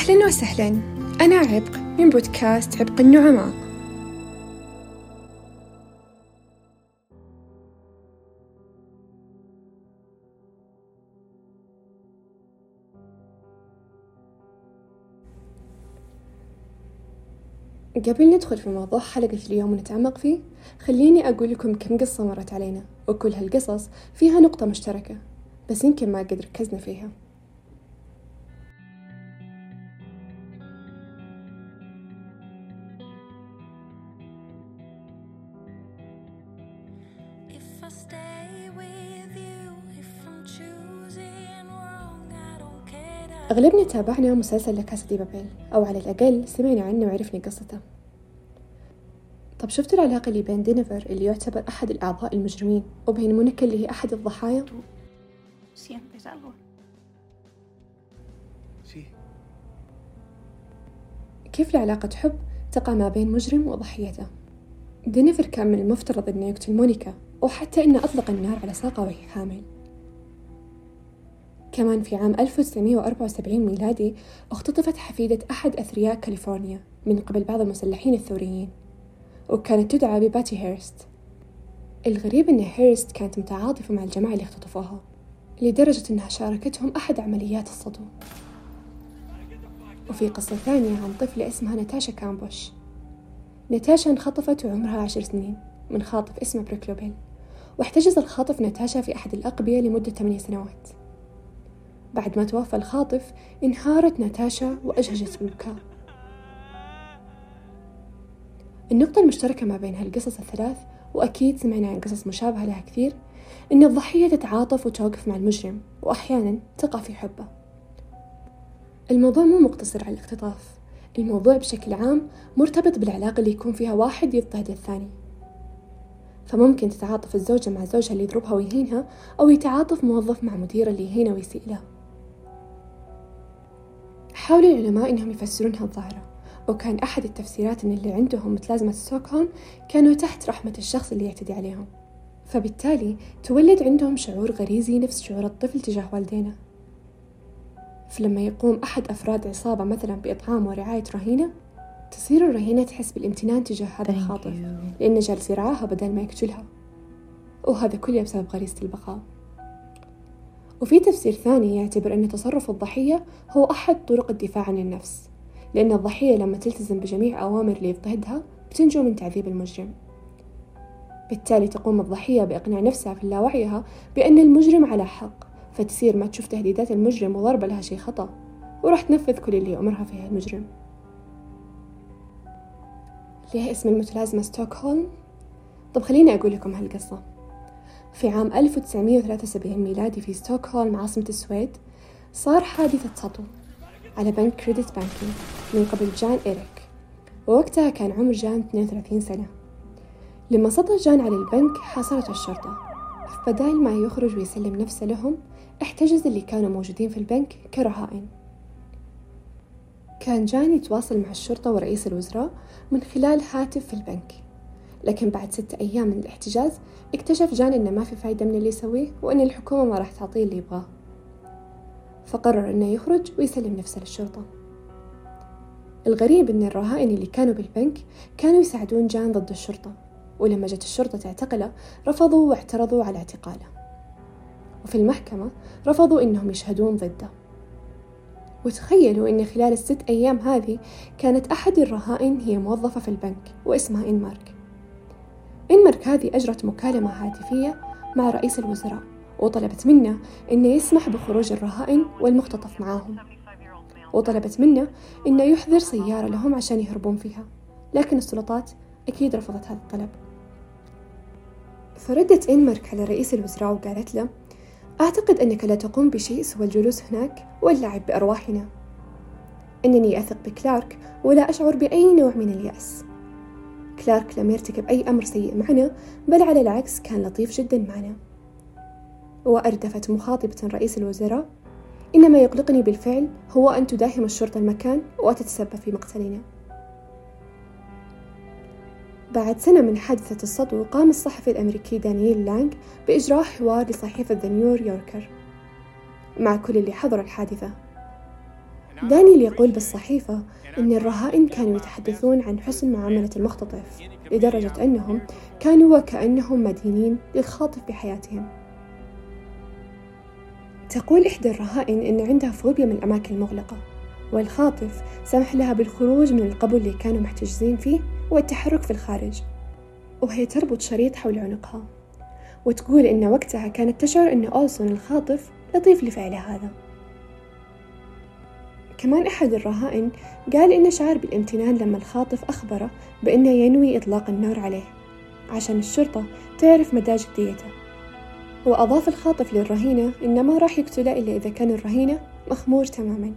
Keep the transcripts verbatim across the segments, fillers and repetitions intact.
أهلاً وسهلاً، أنا عبق من بودكاست عبق النعماء. قبل ندخل في موضوع حلقة اليوم ونتعمق فيه، خليني أقول لكم كم قصة مرت علينا، وكل هالقصص فيها نقطة مشتركة، بس يمكن ما قد ركزنا فيها. أغلبنا تابعنا مسلسل لا كاسا دي بابيل، أو على الأقل سمعنا عنه وعرفنا قصته. طب شفتوا العلاقة اللي بين دينيفر اللي يعتبر أحد الأعضاء المجرمين وبين مونيكا اللي هي أحد الضحايا؟ كيف العلاقة حب تقع ما بين مجرم وضحيته؟ دينيفر كان من المفترض أنه يقتل مونيكا، وحتى أنه أطلق النار على ساقها وهي حامل. كمان في عام ألف وتسعمائة وأربعة وسبعين ميلادي اختطفت حفيدة أحد أثرياء كاليفورنيا من قبل بعض المسلحين الثوريين، وكانت تدعى بباتي هيرست. الغريب أن هيرست كانت متعاطفة مع الجماعة اللي اختطفوها، لدرجة أنها شاركتهم أحد عمليات الصدو. وفي قصة ثانية عن طفلة اسمها ناتاشا كامبوش. ناتاشا انخطفت وعمرها عشر سنين من خاطف اسمه بريكلوبيل، واحتجز الخاطف ناتاشا في أحد الأقبية لمدة ثمانية سنوات. بعد ما توفى الخاطف انهارت ناتاشا وأجهجت بالبكاء. النقطة المشتركة ما بين هالقصص الثلاث، وأكيد سمعنا عن قصص مشابهة لها كثير، إن الضحية تتعاطف وتوقف مع المجرم، وأحيانا تقع في حبه. الموضوع مو مقتصر على الاختطاف، الموضوع بشكل عام مرتبط بالعلاقة اللي يكون فيها واحد يضطهد الثاني. فممكن تتعاطف الزوجة مع زوجها اللي يضربها ويهينها، أو يتعاطف موظف مع مديره اللي يهينه ويسيء له. حاولوا العلماء إنهم يفسرون هالظاهرة، وكان أحد التفسيرات إن اللي عندهم متلازمة ستوكهولم كانوا تحت رحمة الشخص اللي يعتدي عليهم، فبالتالي تولد عندهم شعور غريزي نفس شعور الطفل تجاه والدينه. فلما يقوم أحد أفراد عصابة مثلا بإطعام ورعاية رهينة، تصير الرهينة تحس بالامتنان تجاه هذا الخاطف لأنه جالس يرعاها بدل ما يقتلها، وهذا كله بسبب غريزة البقاء. وفي تفسير ثاني يعتبر أن تصرف الضحية هو أحد طرق الدفاع عن النفس، لأن الضحية لما تلتزم بجميع أوامر اللي يضطهدها بتنجو من تعذيب المجرم. بالتالي تقوم الضحية بإقناع نفسها في اللاوعيها بأن المجرم على حق، فتصير ما تشوف تهديدات المجرم وضربه لها شيء خطأ، وراح تنفذ كل اللي أمرها فيها المجرم. ليه اسم المتلازمة ستوكهولم؟ طب خليني أقول لكم هالقصة. في عام ألف وتسعمائة وثلاثة وسبعين ميلادي في ستوكهولم عاصمة السويد صار حادثة سطو على بنك كريدت بانكينج من قبل جان إيريك، ووقتها كان عمر جان اثنين وثلاثين سنة. لما سطى جان على البنك حاصرته الشرطة، فبدال ما يخرج ويسلم نفسه لهم احتجز اللي كانوا موجودين في البنك كرهائن. كان جان يتواصل مع الشرطة ورئيس الوزراء من خلال هاتف في البنك، لكن بعد ستة أيام من الاحتجاز اكتشف جان إنه ما في فايدة من اللي يسويه، وإن الحكومة ما راح تعطيه اللي يبغاه، فقرر إنه يخرج ويسلم نفسه للشرطة. الغريب إن الرهائن اللي كانوا بالبنك كانوا يساعدون جان ضد الشرطة، ولما جت الشرطة تعتقله رفضوا واعترضوا على اعتقاله، وفي المحكمة رفضوا إنهم يشهدون ضده. وتخيلوا إن خلال الست أيام هذه كانت أحد الرهائن هي موظفة في البنك واسمها إنمارك. إنمارك هذه أجرت مكالمة هاتفية مع رئيس الوزراء، وطلبت منه إنه يسمح بخروج الرهائن والمختطف معاهم، وطلبت منه إنه يحضر سيارة لهم عشان يهربون فيها، لكن السلطات أكيد رفضت هذا الطلب. فردت إنمارك على رئيس الوزراء وقالت له: أعتقد أنك لا تقوم بشيء سوى الجلوس هناك واللعب بأرواحنا. إنني أثق بكلارك ولا أشعر بأي نوع من اليأس. كلارك لم يرتكب أي أمر سيء معنا، بل على العكس كان لطيف جدا معنا. وأردفت مخاطبة رئيس الوزراء: إنما يقلقني بالفعل هو أن تداهم الشرطة المكان وتتسبب في مقتلنا. بعد سنة من حادثة السطو قام الصحفي الأمريكي دانييل لانغ بإجراء حوار لصحيفة ذا نيو يوركر مع كل اللي حضر الحادثة، دانيال يقول بالصحيفة أن الرهائن كانوا يتحدثون عن حسن معاملة المختطف لدرجة أنهم كانوا وكأنهم مدينين للخاطف بحياتهم. تقول إحدى الرهائن أن عندها فوبيا من الأماكن المغلقة، والخاطف سمح لها بالخروج من القبو اللي كانوا محتجزين فيه والتحرك في الخارج، وهي تربط شريط حول عنقها، وتقول إن وقتها كانت تشعر أن أولسون الخاطف لطيف لفعل هذا. كمان أحد الرهائن قال إنه شعر بالامتنان لما الخاطف أخبره بأنه ينوي إطلاق النار عليه عشان الشرطة تعرف مدى جديته، وأضاف الخاطف للرهينة إنه ما راح يقتله إلا إذا كان الرهينة مخمور تماماً.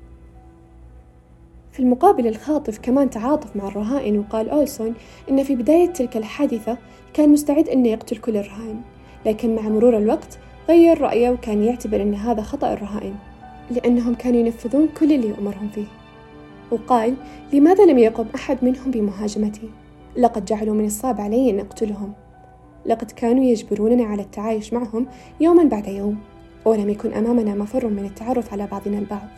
في المقابل الخاطف كمان تعاطف مع الرهائن، وقال أولسون إن في بداية تلك الحادثة كان مستعد إنه يقتل كل الرهائن، لكن مع مرور الوقت غير رأيه وكان يعتبر إن هذا خطأ الرهائن لأنهم كانوا ينفذون كل اللي يؤمرهم فيه. وقال: لماذا لم يقم أحد منهم بمهاجمتي؟ لقد جعلوا من الصعب علي أن أقتلهم، لقد كانوا يجبروننا على التعايش معهم يوما بعد يوم، ولم يكن أمامنا مفر من التعرف على بعضنا البعض.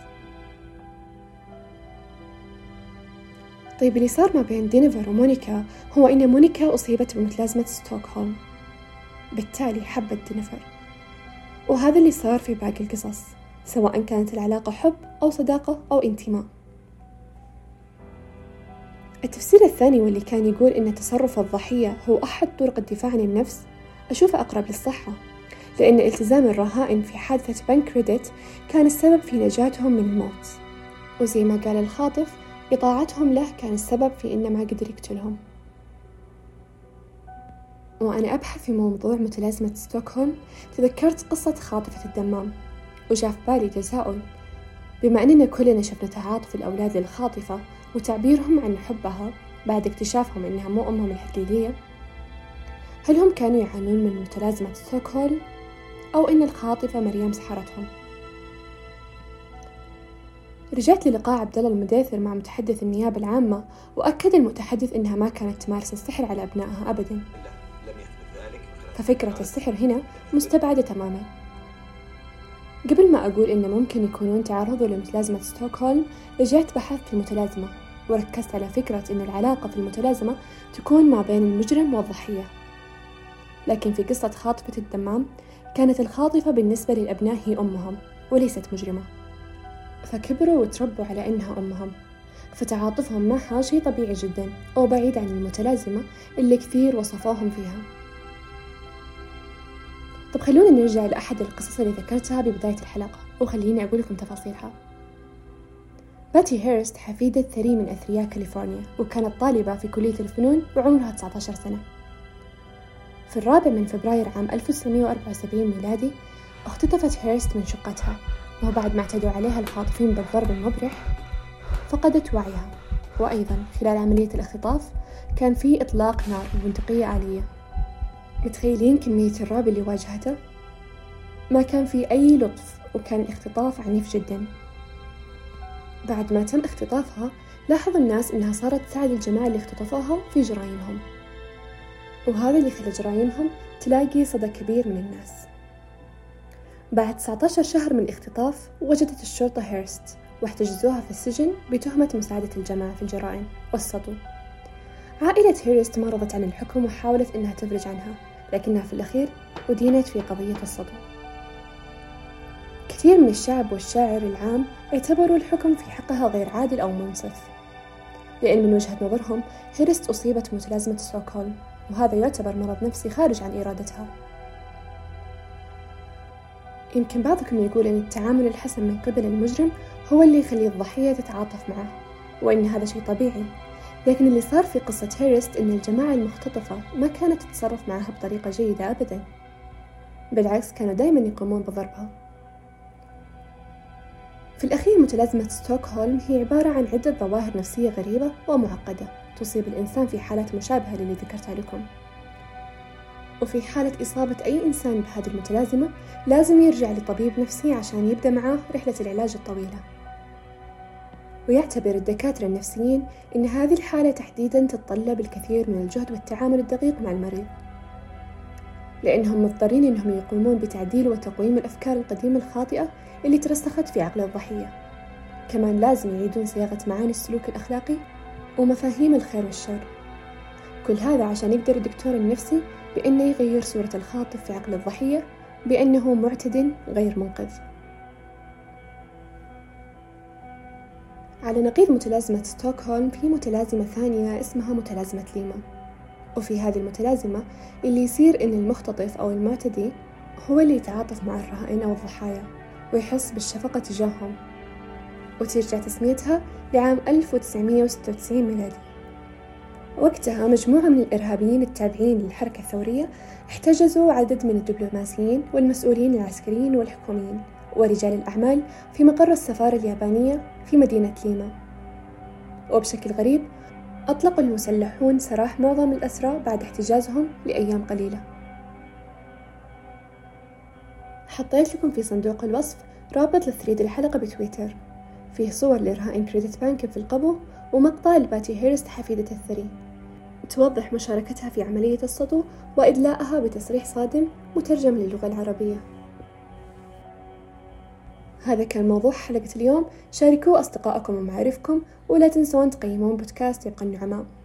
طيب اللي صار ما بين دينيفر ومونيكا هو إن مونيكا أصيبت بمتلازمة ستوكهولم، بالتالي حبت دينيفر، وهذا اللي صار في باقي القصص، سواء كانت العلاقة حب أو صداقة أو انتماء. التفسير الثاني واللي كان يقول إن تصرف الضحية هو أحد طرق الدفاع عن النفس أشوفه أقرب للصحة، لأن التزام الرهائن في حادثة بنك كريدت كان السبب في نجاتهم من الموت، وزي ما قال الخاطف إطاعتهم له كان السبب في إنه ما قدر يقتلهم. وأنا أبحث في موضوع متلازمة ستوكهولم تذكرت قصة خاطفة الدمام، وجاء في بالي تساؤل: بما أننا كلنا شفنا تعاطف الأولاد للخاطفة وتعبيرهم عن حبها بعد اكتشافهم أنها مو أمهم الحقيقية، هل هم كانوا يعانون من متلازمة ستوكهولم أو أن الخاطفة مريم سحرتهم؟ رجعت للقاء عبد الله المديثر مع متحدث النيابة العامة، وأكد المتحدث أنها ما كانت تمارس السحر على أبنائها أبدا، ففكرة السحر هنا مستبعدة تماما. قبل ما أقول إن ممكن يكونون تعرضوا لمتلازمة ستوكهولم، رجعت بحثت في المتلازمة وركزت على فكرة إن العلاقة في المتلازمة تكون ما بين المجرم والضحية، لكن في قصة خاطفة الدمام كانت الخاطفة بالنسبة للأبناء هي أمهم وليست مجرمة، فكبروا وتربوا على إنها أمهم، فتعاطفهم معها شيء طبيعي جدا أو بعيد عن المتلازمة اللي كثير وصفوهم فيها. طب خلونا نرجع لأحد القصص اللي ذكرتها ببداية الحلقة، وخليني أقول لكم تفاصيلها. باتي هيرست حفيدة ثري من أثرياء كاليفورنيا، وكانت طالبة في كلية الفنون وعمرها تسعة عشر سنة. في الرابع من فبراير عام ألف وتسعمائة وأربعة وسبعين ميلادي اختطفت هيرست من شقتها، وبعد ما اعتدوا عليها الخاطفين بالضرب المبرح فقدت وعيها. وأيضا خلال عملية الاختطاف كان في إطلاق نار ببندقية آلية. متخيلين كمية الرعب اللي واجهته؟ ما كان في أي لطف، وكان الاختطاف عنيف جدا. بعد ما تم اختطافها لاحظ الناس إنها صارت تساعد الجماعة اللي اختطفوها في جرائمهم، وهذا اللي خلى جرائمهم تلاقي صدى كبير من الناس. بعد تسعة عشر شهر من الاختطاف وجدت الشرطة هيرست واحتجزوها في السجن بتهمة مساعدة الجماعة في الجرائم والسطو. عائلة هيرست ما رضت عن الحكم وحاولت إنها تفرج عنها، لكنها في الأخير أدينت في قضية السطو. كثير من الشعب والشاعر العام اعتبروا الحكم في حقها غير عادل أو منصف، لأن من وجهة نظرهم هيرست أصيبت بمتلازمة ستوكهولم، وهذا يعتبر مرض نفسي خارج عن إرادتها. يمكن بعضكم يقول أن التعامل الحسن من قبل المجرم هو اللي يخلي الضحية تتعاطف معه، وأن هذا شيء طبيعي، لكن اللي صار في قصة هيرست أن الجماعة المختطفة ما كانت تتصرف معها بطريقة جيدة أبدا، بالعكس كانوا دائما يقومون بضربها. في الأخير متلازمة ستوكهولم هي عبارة عن عدة ظواهر نفسية غريبة ومعقدة تصيب الإنسان في حالات مشابهة للي ذكرتها لكم، وفي حالة إصابة أي إنسان بهذه المتلازمة لازم يرجع لطبيب نفسي عشان يبدأ معاه رحلة العلاج الطويلة. ويعتبر الدكاترة النفسيين إن هذه الحالة تحديداً تتطلب الكثير من الجهد والتعامل الدقيق مع المريض، لأنهم مضطرين إنهم يقومون بتعديل وتقويم الأفكار القديمة الخاطئة اللي ترسخت في عقل الضحية، كمان لازم يعيدون صياغة معاني السلوك الأخلاقي ومفاهيم الخير والشر. كل هذا عشان يقدر الدكتور النفسي بأنه يغير صورة الخاطب في عقل الضحية بأنه معتد غير منقذ. على نقيض متلازمة ستوكهولم في متلازمة ثانية اسمها متلازمة ليما، وفي هذه المتلازمة اللي يصير إن المختطف أو المعتدي هو اللي يتعاطف مع الرهائن أو الضحايا ويحس بالشفقة تجاههم، وترجع تسميتها لعام ألف وتسعمائة وستة وتسعين ميلادي. وقتها مجموعة من الإرهابيين التابعين للحركة الثورية احتجزوا عدد من الدبلوماسيين والمسؤولين العسكريين والحكوميين ورجال الأعمال في مقر السفارة اليابانية في مدينة ليما. وبشكل غريب أطلق المسلحون سراح معظم الأسرى بعد احتجازهم لأيام قليلة. حطيت لكم في صندوق الوصف رابط لثريد الحلقة بتويتر فيه صور لرهائن كريدت بانك في القبو ومقطع لباتي هيرست حفيدة الثري توضح مشاركتها في عملية السطو وإدلاءها بتصريح صادم مترجم للغة العربية. هذا كان موضوع حلقة اليوم، شاركوا أصدقائكم ومعارفكم ولا تنسون تقيمون بودكاست يبقى النعماء.